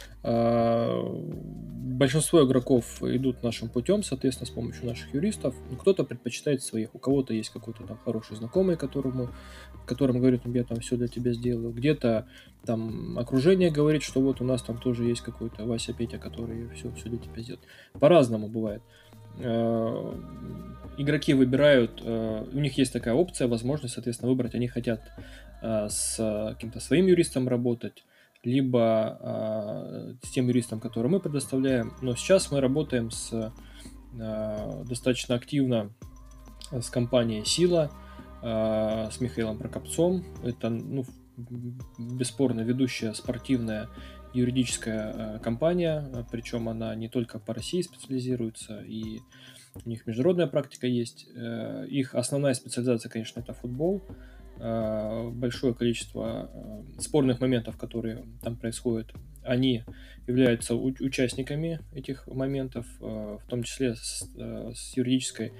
А, Большинство игроков идут нашим путем, соответственно, с помощью наших юристов. Ну, кто-то предпочитает своих, у кого-то есть какой-то там хороший знакомый, которому, которому говорит, я там все для тебя сделаю. Где-то там окружение говорит, что вот у нас там тоже есть какой-то Вася, Петя, который все, все для тебя сделает. По-разному бывает. А, Игроки выбирают, а, у них есть такая опция, возможность, соответственно, выбрать. Они хотят а, с каким-то своим юристом работать, либо э, с тем юристом, который мы предоставляем. Но сейчас мы работаем с, э, достаточно активно с компанией «Сила», э, с Михаилом Прокопцом. Это ну, бесспорно ведущая спортивная юридическая э, компания, причем она не только по России специализируется, и у них международная практика есть. Э, их основная специализация, конечно, это футбол. Большое количество спорных моментов, которые там происходят, они являются участниками этих моментов, в том числе с, с юридической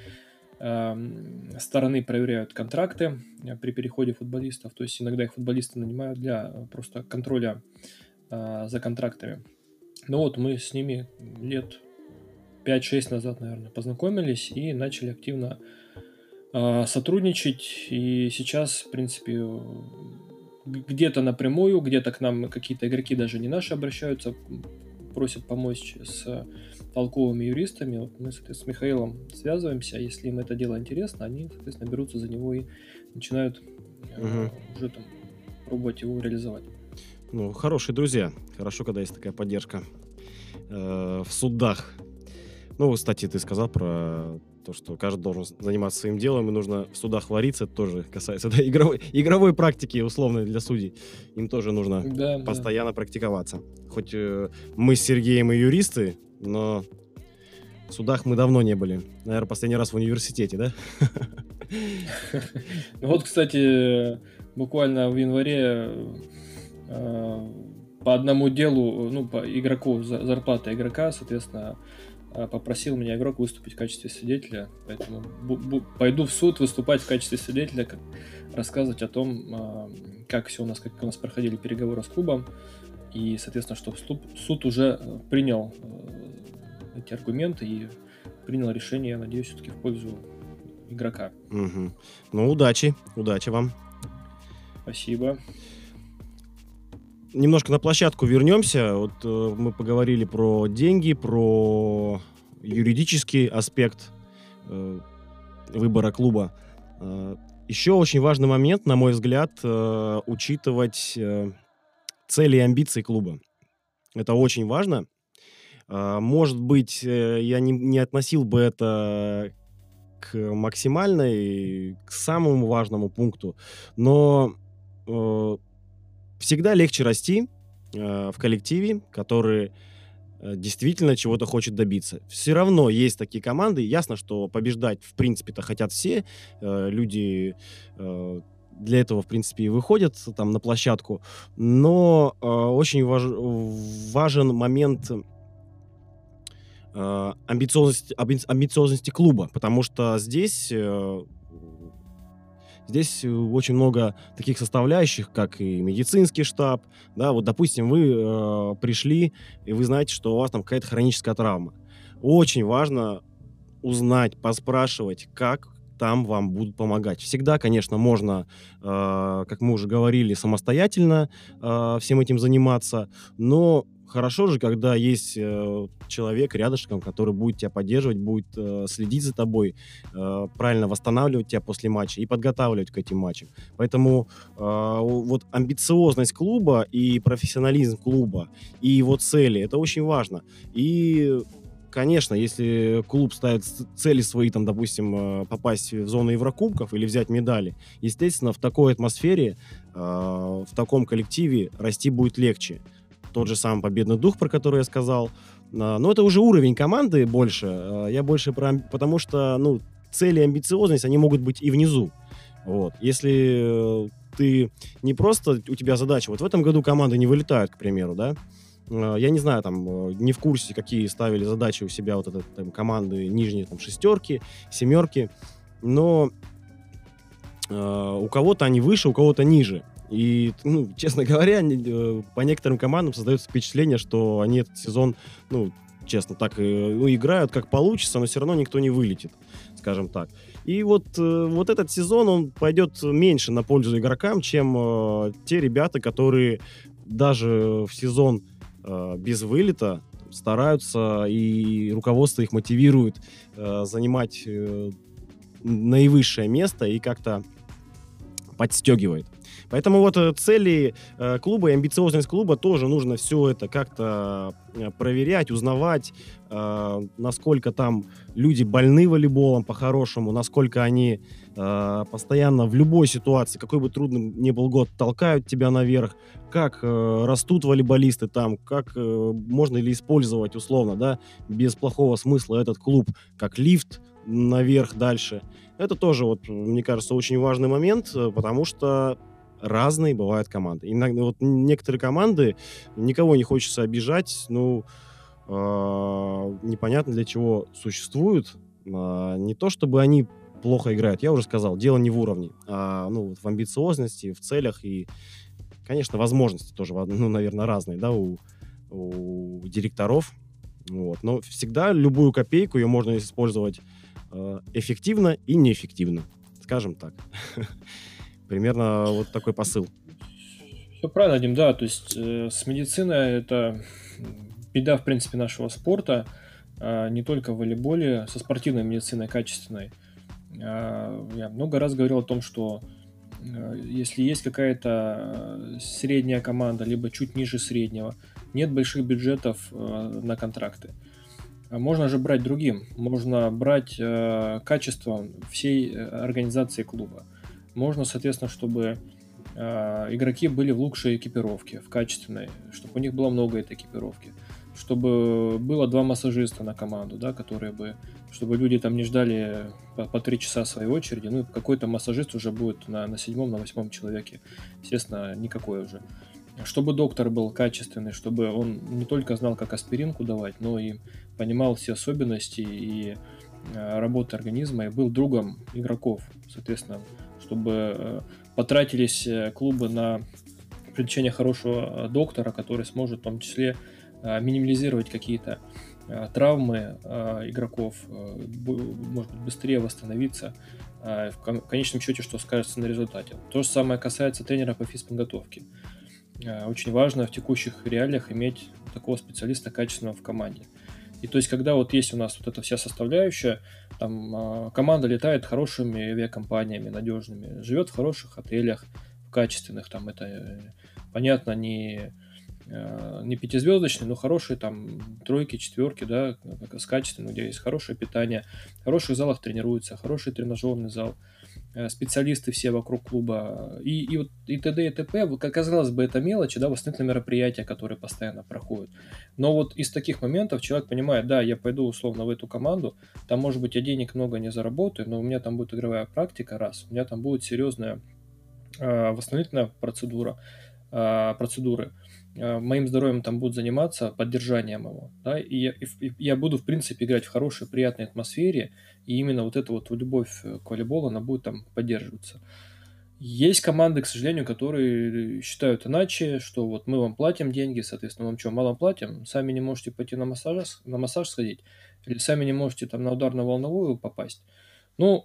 стороны проверяют контракты при переходе футболистов, то есть иногда их футболисты нанимают для просто контроля за контрактами. Ну вот мы с ними лет пять-шесть назад, наверное, познакомились и начали активно сотрудничать, и сейчас, в принципе, где-то напрямую, где-то к нам какие-то игроки, даже не наши, обращаются, просят помочь с толковыми юристами. Вот мы, соответственно, с Михаилом связываемся, если им это дело интересно, они, соответственно, берутся за него и начинают угу. уже там пробовать его реализовать. Ну, хорошие друзья. Хорошо, когда есть такая поддержка э, в судах. Ну, кстати, ты сказал про то, что каждый должен заниматься своим делом, и нужно в судах вариться. Это тоже касается да, игровой, игровой практики, условной для судей. Им тоже нужно да, постоянно да. практиковаться. Хоть э, мы с Сергеем и юристы, но в судах мы давно не были. Наверное, последний раз в университете, да? Вот, кстати, буквально в январе по одному делу, ну, по игроку, зарплата игрока, соответственно, попросил меня игрок выступить в качестве свидетеля, поэтому бу- бу- пойду в суд выступать в качестве свидетеля, как, рассказывать о том, как все у нас, как у нас проходили переговоры с клубом, и, соответственно, что суд, суд уже принял эти аргументы и принял решение, я надеюсь, все-таки в пользу игрока. Угу. Ну, удачи, удачи вам. Спасибо. Немножко на площадку вернемся. Вот э, мы поговорили про деньги, про юридический аспект э, выбора клуба. Э, еще очень важный момент, на мой взгляд, э, учитывать э, цели и амбиции клуба. Это очень важно. Э, может быть, э, я не, не относил бы это к максимальной, к самому важному пункту, но э, всегда легче расти э, в коллективе, который э, действительно чего-то хочет добиться. Все равно есть такие команды. Ясно, что побеждать, в принципе-то, хотят все. Э, люди э, для этого, в принципе, и выходят там на площадку. Но э, очень важ, важен момент э, амбициозности, амбициозности клуба, потому что здесь... Э, Здесь очень много таких составляющих, как и медицинский штаб. Да, вот, допустим, вы э, пришли, и вы знаете, что у вас там какая-то хроническая травма. Очень важно узнать, поспрашивать, как там вам будут помогать. Всегда, конечно, можно, э, как мы уже говорили, самостоятельно э, всем этим заниматься, но хорошо же, когда есть э, человек рядышком, который будет тебя поддерживать, будет э, следить за тобой, э, правильно восстанавливать тебя после матча и подготавливать к этим матчам. Поэтому э, вот амбициозность клуба и профессионализм клуба, и его цели, это очень важно. И конечно, если клуб ставит ц- цели свои, там, допустим, э, попасть в зону Еврокубков или взять медали, естественно, в такой атмосфере, э, в таком коллективе расти будет легче. Тот же самый победный дух, про который я сказал. А, Но это уже уровень команды больше. А, Я больше про... ам- Потому что, ну, цели и амбициозность, они могут быть и внизу. Вот. Если э, ты не просто... У тебя задача... Вот в этом году команды не вылетают, к примеру, да? А, Я не знаю, там, э, не в курсе, какие ставили задачи у себя вот это, там, команды нижние, там, шестерки, семерки. Но э, у кого-то они выше, у кого-то ниже. И, ну, честно говоря, не- э, по некоторым командам создается впечатление, что они этот сезон, ну, честно, так и, ну, играют, как получится, но все равно никто не вылетит, скажем так. И вот, э, вот этот сезон, он пойдет меньше на пользу игрокам, чем э, те ребята, которые даже в сезон э, без вылета стараются, и руководство их мотивирует э, занимать э, наивысшее место и как-то подстегивает. Поэтому вот э, цели э, клуба и амбициозность клуба тоже нужно все это как-то э, проверять, узнавать, э, насколько там люди больны волейболом по-хорошему, насколько они э, постоянно в любой ситуации, какой бы трудным ни был год, толкают тебя наверх, как э, растут волейболисты там, как э, можно ли использовать условно, да, без плохого смысла этот клуб как лифт наверх дальше. Это тоже, вот, мне кажется, очень важный момент, э, потому что разные бывают команды. Иногда вот некоторые команды, никого не хочется обижать, ну, а, непонятно для чего существуют. А, Не то чтобы они плохо играют, я уже сказал, дело не в уровне, а ну, вот в амбициозности, в целях и, конечно, возможности тоже, во- ну, наверное, разные, да, у, у директоров. Вот. Но всегда любую копейку ее можно использовать э, эффективно и неэффективно, скажем так. Примерно вот такой посыл. Все правильно, Дим, да, то есть э, с медициной это беда, в принципе, нашего спорта, а, не только в волейболе, со спортивной медициной качественной. А, Я много раз говорил о том, что э, если есть какая-то э, средняя команда, либо чуть ниже среднего, нет больших бюджетов э, на контракты. А Можно же брать другим. Можно брать э, качеством всей э, организации клуба. Можно, соответственно, чтобы э, игроки были в лучшей экипировке, в качественной, чтобы у них было много этой экипировки, чтобы было два массажиста на команду, да, которые бы, чтобы люди там не ждали по, по три часа своей очереди, ну и какой-то массажист уже будет на, на седьмом, на восьмом человеке, естественно, никакой уже. Чтобы доктор был качественный, чтобы он не только знал, как аспиринку давать, но и понимал все особенности и э, работы организма, и был другом игроков, соответственно, чтобы э, потратились э, клубы на привлечение хорошего э, доктора, который сможет в том числе э, минимализировать какие-то э, травмы э, игроков, э, бу- может быть, быстрее восстановиться, э, в кон- конечном счете, что скажется на результате. То же самое касается тренера по физподготовке. Э, Очень важно в текущих реалиях иметь такого специалиста качественного в команде. И то есть, когда вот есть у нас вот эта вся составляющая, там а, команда летает хорошими авиакомпаниями, надежными, живет в хороших отелях, в качественных, там это, э, понятно, не, э, не пятизвездочные, но хорошие там тройки, четверки, да, как- с качественным, где есть хорошее питание, в хороших залах тренируются, хороший тренажерный зал, э, специалисты все вокруг клуба и, и, вот, и т.д. и т.п. Вот, как казалось бы, это мелочи, да, восстановительные мероприятия, которые постоянно проходят. Но вот из таких моментов человек понимает, да, я пойду условно в эту команду, там, может быть, я денег много не заработаю, но у меня там будет игровая практика, раз, у меня там будет серьезная э, восстановительная процедура, э, процедуры. Э, Моим здоровьем там будут заниматься, поддержанием его, да, и я, и в- и я буду, в принципе, играть в хорошей, приятной атмосфере, и именно вот эта вот любовь э, к волейболу, она будет там поддерживаться. Есть команды, к сожалению, которые считают иначе, что вот мы вам платим деньги, соответственно, вам что, мало платим, сами не можете пойти на массаж, на массаж сходить, или сами не можете там на ударно-волновую попасть. Ну,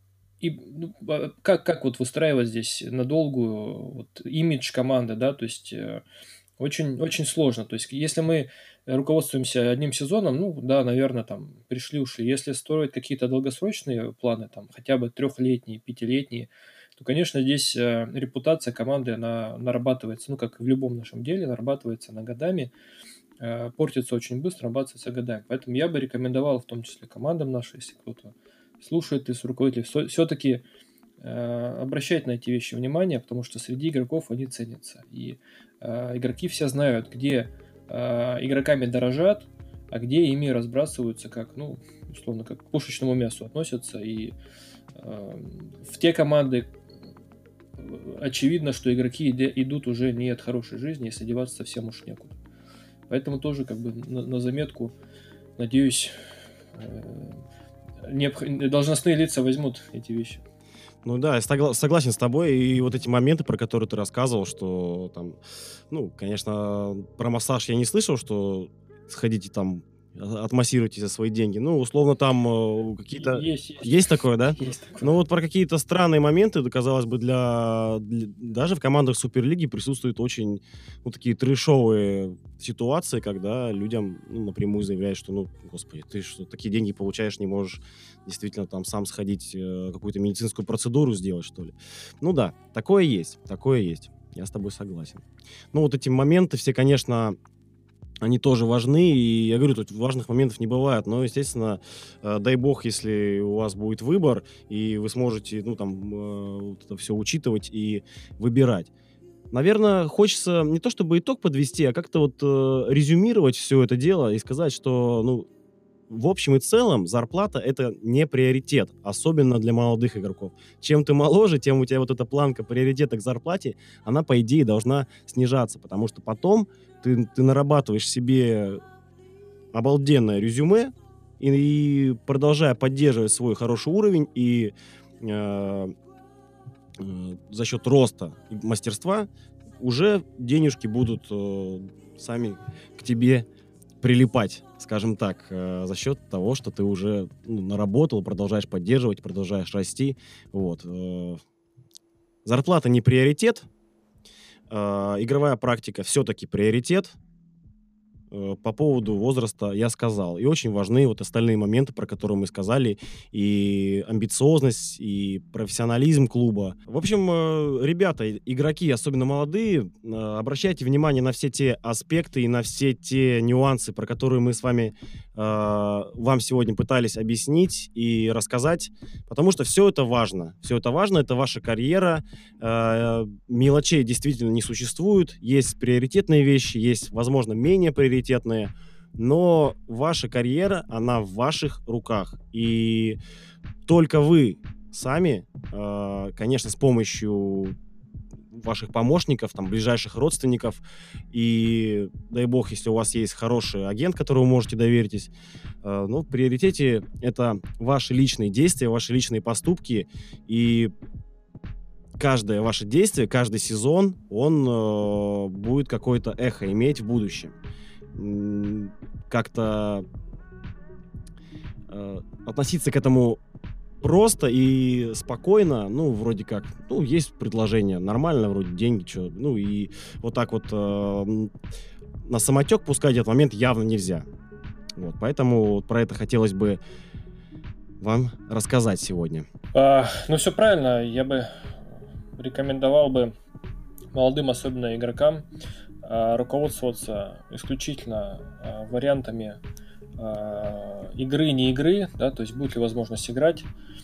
и ну, а как, как вот выстраивать здесь на долгую вот, имидж команды, да, то есть э, Очень, очень сложно. То есть, если мы руководствуемся одним сезоном, ну да, наверное, там пришли, ушли. Если строить какие-то долгосрочные планы, там хотя бы трехлетние, пятилетние, то, конечно, здесь э, репутация команды, она нарабатывается, ну, как и в любом нашем деле, нарабатывается она годами, э, портится очень быстро, нарабатывается годами. Поэтому я бы рекомендовал, в том числе командам нашим, если кто-то слушает из руководителей, все-таки обращать на эти вещи внимание, потому что среди игроков они ценятся. И э, игроки все знают, где э, игроками дорожат, а где ими разбрасываются, как, ну, условно, как к пушечному мясу относятся. И э, в те команды очевидно, что игроки идут уже не от хорошей жизни, если деваться совсем уж некуда. Поэтому тоже как бы на, на заметку, надеюсь, э, необх... должностные лица возьмут эти вещи. Ну да, я согла- согласен с тобой, и вот эти моменты, про которые ты рассказывал, что там, ну, конечно, про массаж я не слышал, что сходите там, а- отмассируйте за свои деньги. Ну, условно, там э, какие-то... Есть, есть. Есть такое, да? Есть такое. Ну вот про какие-то странные моменты, да, казалось бы, для, для- даже в командах Суперлиги присутствуют очень, ну, такие трэшовые ситуации, когда людям, ну, напрямую заявляют, что, ну, господи, ты что, такие деньги получаешь, не можешь действительно там сам сходить, э, какую-то медицинскую процедуру сделать, что ли. Ну да, такое есть, такое есть. Я с тобой согласен. Ну вот эти моменты все, конечно, они тоже важны, и я говорю, тут важных моментов не бывает, но, естественно, э, дай бог, если у вас будет выбор, и вы сможете, ну, там, э, вот это все учитывать и выбирать. Наверное, хочется не то чтобы итог подвести, а как-то вот э, резюмировать все это дело и сказать, что, ну, в общем и целом зарплата — это не приоритет, особенно для молодых игроков. Чем ты моложе, тем у тебя вот эта планка приоритета к зарплате, она, по идее, должна снижаться, потому что потом ты, ты нарабатываешь себе обалденное резюме и, и продолжая поддерживать свой хороший уровень и э, э, за счет роста и мастерства уже денежки будут э, сами к тебе прилипать, скажем так, э, за счет того, что ты уже, ну, наработал, продолжаешь поддерживать, продолжаешь расти. Вот. э. Зарплата не приоритет, э, игровая практика все-таки приоритет. Э, По поводу возраста я сказал. И очень важны вот остальные моменты, про которые мы сказали. И амбициозность, и профессионализм клуба. В общем, э, ребята, игроки, особенно молодые, э, обращайте внимание на все те аспекты и на все те нюансы, про которые мы с вами э, вам сегодня пытались объяснить и рассказать. Потому что все это важно. Все это важно, это ваша карьера. Э, Мелочей действительно не существует. Есть приоритетные вещи, есть, возможно, менее приоритетные, но ваша карьера, она в ваших руках. И только вы сами, э, конечно, с помощью ваших помощников, там, ближайших родственников, и дай бог, если у вас есть хороший агент, которому можете доверитесь, э, ну, в приоритете это ваши личные действия, ваши личные поступки, и каждое ваше действие, каждый сезон, он э, будет какое-то эхо иметь в будущем. М, Как-то э, относиться к этому просто и спокойно, ну, вроде как, ну, есть предложение, нормально, вроде деньги, что, ну, и вот так вот э, м, на самотек пускать этот момент явно нельзя. Вот, поэтому вот про это хотелось бы вам рассказать сегодня. А, ну, все правильно. Я бы рекомендовал бы молодым, особенно игрокам, а, руководствоваться исключительно а, вариантами а, игры, не игры, да, то есть будет ли возможность играть,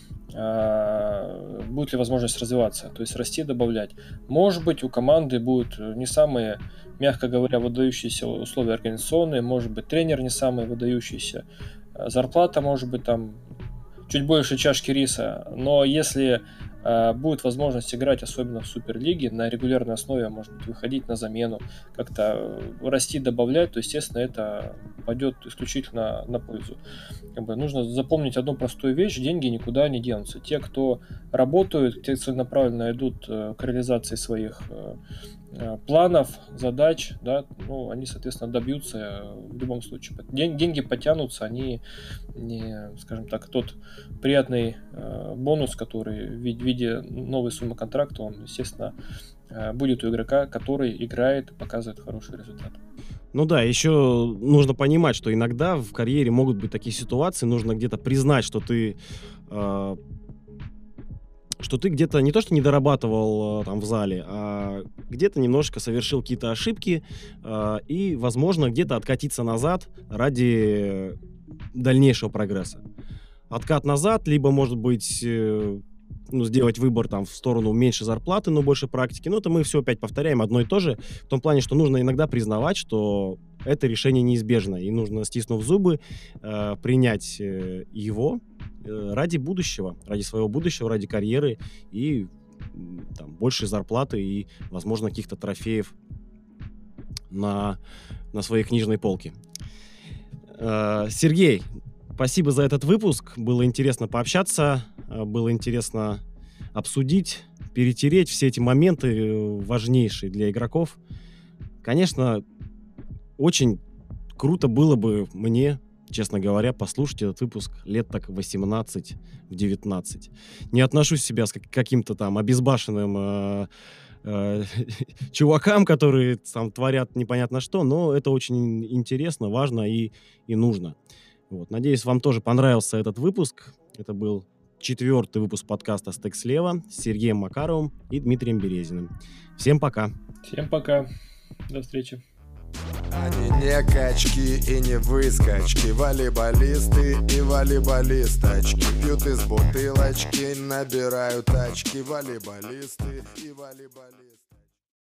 а, будет ли возможность развиваться, то есть расти, добавлять. Может быть, у команды будут не самые, мягко говоря, выдающиеся условия организационные, может быть, тренер не самый выдающийся, а, зарплата может быть там чуть больше чашки риса, но если э, будет возможность играть, особенно в Суперлиге, на регулярной основе, может быть, выходить на замену, как-то расти, добавлять, то, естественно, это пойдет исключительно на пользу. Как бы нужно запомнить одну простую вещь: деньги никуда не денутся. Те, кто работают, те целенаправленно идут э, к реализации своих э, планов, задач, да, ну, они, соответственно, добьются в любом случае. Ден- деньги потянутся, они не, скажем так, тот приятный э, бонус, который в виде, в виде новой суммы контракта, он, естественно, э, будет у игрока, который играет и показывает хороший результат. Ну да, еще нужно понимать, что иногда в карьере могут быть такие ситуации, нужно где-то признать, что ты, э, что ты где-то не то что не дорабатывал э, там в зале, а где-то немножко совершил какие-то ошибки, э, и, возможно, где-то откатиться назад ради дальнейшего прогресса. Откат назад, либо, может быть, э, ну, сделать выбор там в сторону меньше зарплаты, но больше практики. Ну, это мы все опять повторяем одно и то же, в том плане, что нужно иногда признавать, что это решение неизбежно, и нужно, стиснув зубы, э, принять э, его э, ради будущего, ради своего будущего, ради карьеры и м, там, большей зарплаты и, возможно, каких-то трофеев на, на своей книжной полке. Э, Сергей, спасибо за этот выпуск. Было интересно пообщаться, э, было интересно обсудить, перетереть все эти моменты э, важнейшие для игроков. Конечно, очень круто было бы мне, честно говоря, послушать этот выпуск лет так восемнадцать-девятнадцать. Не отношусь себя с как- каким-то там обезбашенным э, э, чувакам, которые там творят непонятно что, но это очень интересно, важно и, и нужно. Вот. Надеюсь, вам тоже понравился этот выпуск. Это был четвертый выпуск подкаста «Стек слева» с Сергеем Макаровым и Дмитрием Березиным. Всем пока. Всем пока. До встречи. Они не качки и не выскочки, волейболисты и волейболисточки пьют из бутылочки, набирают очки, волейболисты и волейболисты.